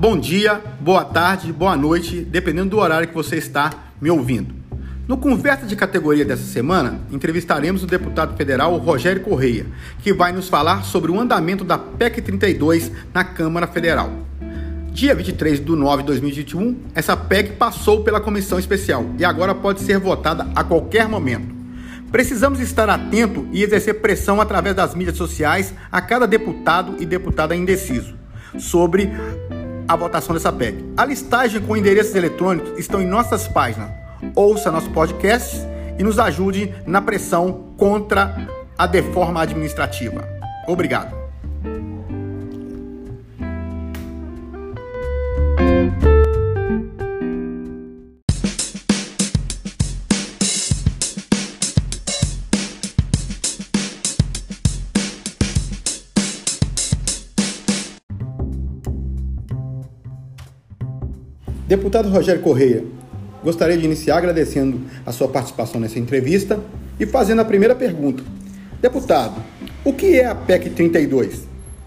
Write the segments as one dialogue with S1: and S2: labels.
S1: bom dia, boa tarde, boa noite, dependendo do horário que você está me ouvindo. No Conversa de Categoria dessa semana, entrevistaremos o deputado federal Rogério Correia, que vai nos falar sobre o andamento da PEC 32 na Câmara Federal. Dia 23 de nove de 2021, essa PEC passou pela comissão especial e agora pode ser votada a qualquer momento. Precisamos estar atento e exercer pressão através das mídias sociais a cada deputado e deputada indeciso sobre a votação dessa PEC. A listagem com endereços eletrônicos estão em nossas páginas. Ouça nosso podcast e nos ajude na pressão contra a deforma administrativa. Obrigado. Deputado Rogério Correia, gostaria de iniciar agradecendo a sua participação nessa entrevista e fazendo a primeira pergunta. Deputado, o que é a PEC 32?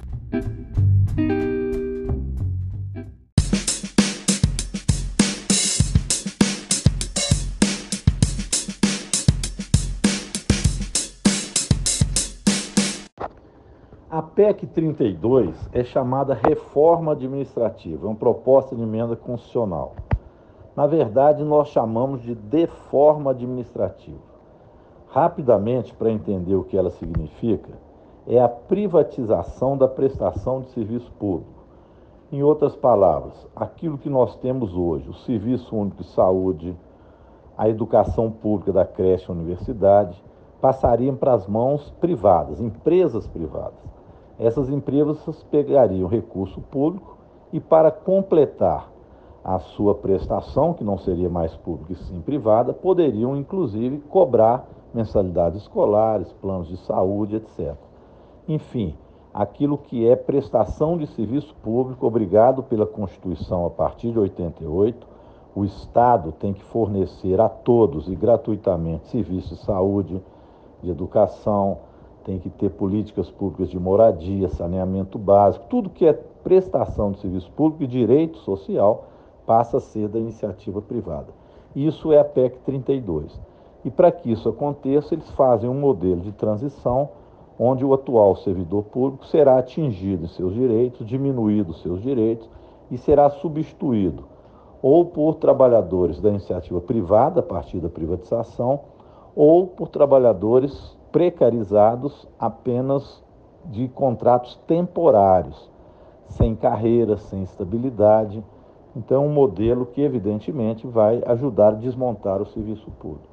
S2: A PEC 32 é chamada reforma administrativa, é uma proposta de emenda constitucional. Na verdade, nós chamamos de deforma administrativa. Rapidamente, para entender o que ela significa, é a privatização da prestação de serviço público. Em outras palavras, aquilo que nós temos hoje, o Serviço Único de Saúde, a educação pública da creche e universidade, passariam para as mãos privadas, empresas privadas. Essas empresas pegariam recurso público e, para completar a sua prestação, que não seria mais pública e sim privada, poderiam, inclusive, cobrar mensalidades escolares, planos de saúde, etc. Enfim, aquilo que é prestação de serviço público, obrigado pela Constituição a partir de 88, o Estado tem que fornecer a todos e gratuitamente serviços de saúde, de educação, tem que ter políticas públicas de moradia, saneamento básico, tudo que é prestação de serviço público e direito social passa a ser da iniciativa privada. Isso é a PEC 32. E para que isso aconteça, eles fazem um modelo de transição onde o atual servidor público será atingido em seus direitos, diminuído os seus direitos e será substituído ou por trabalhadores da iniciativa privada, a partir da privatização, ou por trabalhadores precarizados apenas de contratos temporários, sem carreira, sem estabilidade. Então, é um modelo que, evidentemente, vai ajudar a desmontar o serviço público.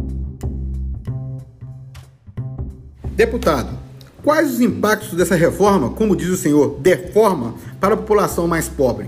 S1: Deputado, quais os impactos dessa reforma, como diz o senhor, deforma para a população mais pobre?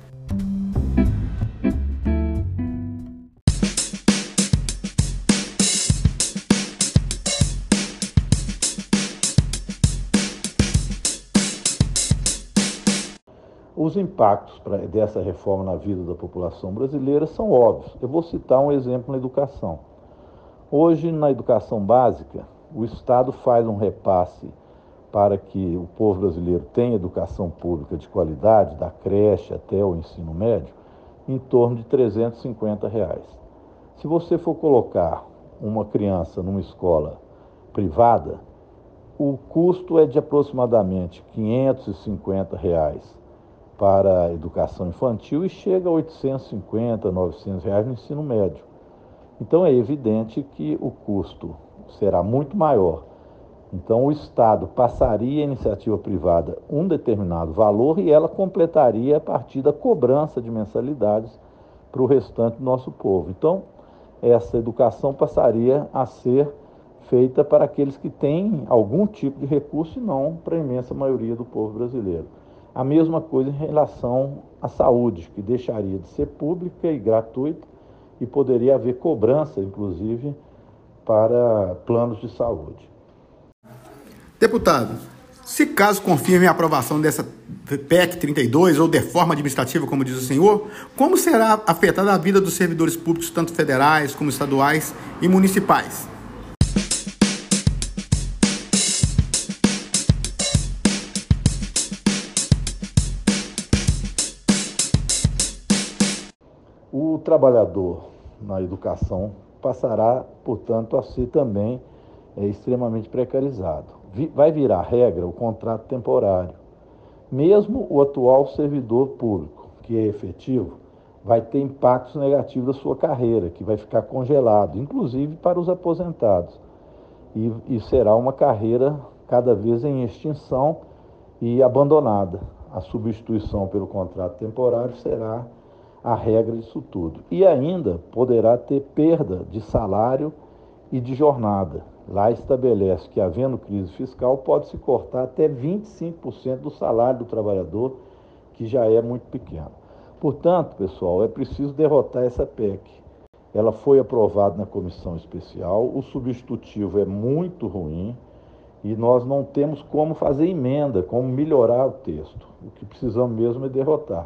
S2: Os impactos dessa reforma na vida da população brasileira são óbvios. Eu vou citar um exemplo na educação. Hoje, na educação básica, o Estado faz um repasse para que o povo brasileiro tenha educação pública de qualidade, da creche até o ensino médio, em torno de R$ 350. Se você for colocar uma criança numa escola privada, o custo é de aproximadamente R$ 550 para a educação infantil e chega a R$ 850, R$ 900 no ensino médio. Então é evidente que o custo será muito maior. Então o Estado passaria à iniciativa privada um determinado valor e ela completaria a partir da cobrança de mensalidades para o restante do nosso povo. Então essa educação passaria a ser feita para aqueles que têm algum tipo de recurso e não para a imensa maioria do povo brasileiro. A mesma coisa em relação à saúde, que deixaria de ser pública e gratuita e poderia haver cobrança, inclusive, para planos de saúde.
S1: Deputado, se caso confirme a aprovação dessa PEC 32 ou deforma administrativa, como diz o senhor, como será afetada a vida dos servidores públicos, tanto federais como estaduais e municipais?
S2: o trabalhador na educação passará, portanto, a ser também extremamente precarizado. Vai virar regra o contrato temporário. Mesmo o atual servidor público, que é efetivo, vai ter impactos negativos da sua carreira, que vai ficar congelado, inclusive para os aposentados. E será uma carreira cada vez em extinção e abandonada. A substituição pelo contrato temporário será a regra disso tudo. E ainda poderá ter perda de salário e de jornada. Lá estabelece que, havendo crise fiscal, pode-se cortar até 25% do salário do trabalhador, que já é muito pequeno. Portanto, pessoal, é preciso derrotar essa PEC. Ela foi aprovada na comissão especial, o substitutivo é muito ruim e nós não temos como fazer emenda, como melhorar o texto. O que precisamos mesmo é derrotar.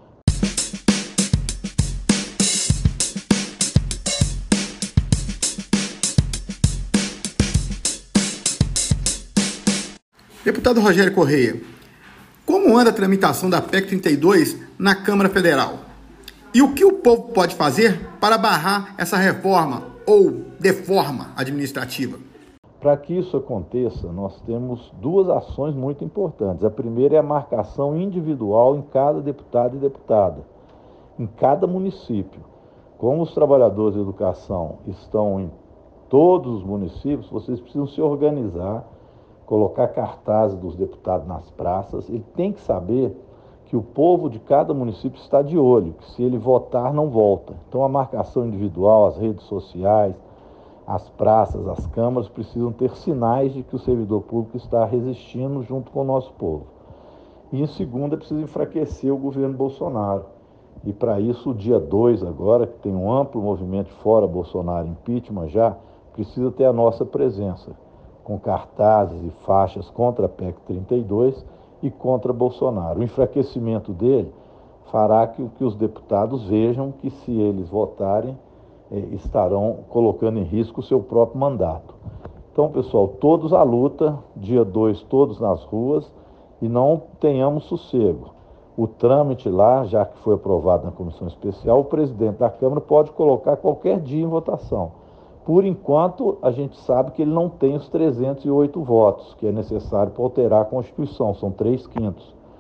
S1: Deputado Rogério Correia, como anda a tramitação da PEC 32 na Câmara Federal? E o que o povo pode fazer para barrar essa reforma ou deforma administrativa?
S2: Para que isso aconteça, nós temos duas ações muito importantes. A primeira é a marcação individual em cada deputado e deputada, em cada município. Como os trabalhadores de educação estão em todos os municípios, vocês precisam se organizar, colocar cartazes dos deputados nas praças. Ele tem que saber que o povo de cada município está de olho, que se ele votar, não volta. Então, a marcação individual, as redes sociais, as praças, as câmaras precisam ter sinais de que o servidor público está resistindo junto com o nosso povo. E, em segunda, é preciso enfraquecer o governo Bolsonaro. E, para isso, o dia 2 agora, que tem um amplo movimento fora Bolsonaro, impeachment já, precisa ter a nossa presença, com cartazes e faixas contra a PEC 32 e contra Bolsonaro. O enfraquecimento dele fará que os deputados vejam que, se eles votarem, estarão colocando em risco o seu próprio mandato. Então, pessoal, todos à luta, dia 2, todos nas ruas, e não tenhamos sossego. O trâmite lá, já que foi aprovado na comissão especial, o presidente da Câmara pode colocar qualquer dia em votação. Por enquanto, a gente sabe que ele não tem os 308 votos, que é necessário para alterar a Constituição, são 3/5.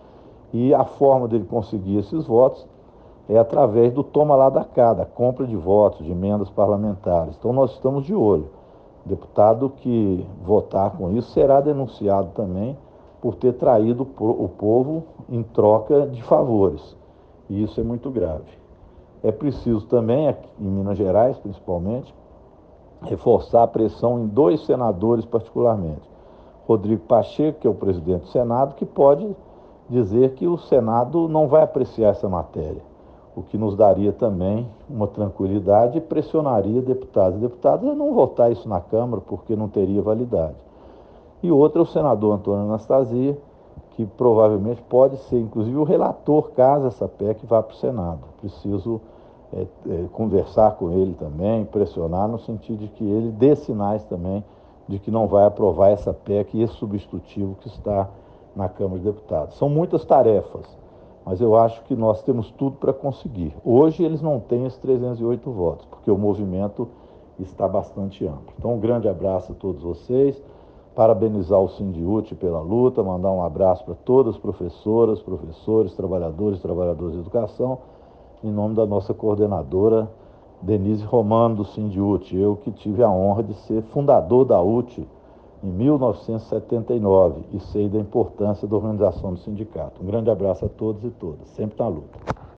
S2: E a forma dele conseguir esses votos é através do toma lá da cá, da compra de votos, de emendas parlamentares. Então, nós estamos de olho. O deputado que votar com isso será denunciado também por ter traído o povo em troca de favores. E isso é muito grave. É preciso também, aqui em Minas Gerais principalmente, reforçar a pressão em 2 senadores particularmente. Rodrigo Pacheco, que é o presidente do Senado, que pode dizer que o Senado não vai apreciar essa matéria, o que nos daria também uma tranquilidade e pressionaria deputados e deputadas a não votar isso na Câmara, porque não teria validade. E outro é o senador Antônio Anastasia, que provavelmente pode ser, inclusive, o relator, caso essa PEC vá para o Senado. Preciso conversar com ele também, pressionar no sentido de que ele dê sinais também de que não vai aprovar essa PEC e esse substitutivo que está na Câmara de Deputados. São muitas tarefas, mas eu acho que nós temos tudo para conseguir. Hoje eles não têm esses 308 votos, porque o movimento está bastante amplo. Então, um grande abraço a todos vocês, parabenizar o Sindiúti pela luta, mandar um abraço para todas as professoras, professores, trabalhadores e trabalhadoras de educação, em nome da nossa coordenadora, Denise Romano, do Sindiúti, eu que tive a honra de ser fundador da UTE em 1979 e sei da importância da organização do sindicato. Um grande abraço a todos e todas, sempre na luta.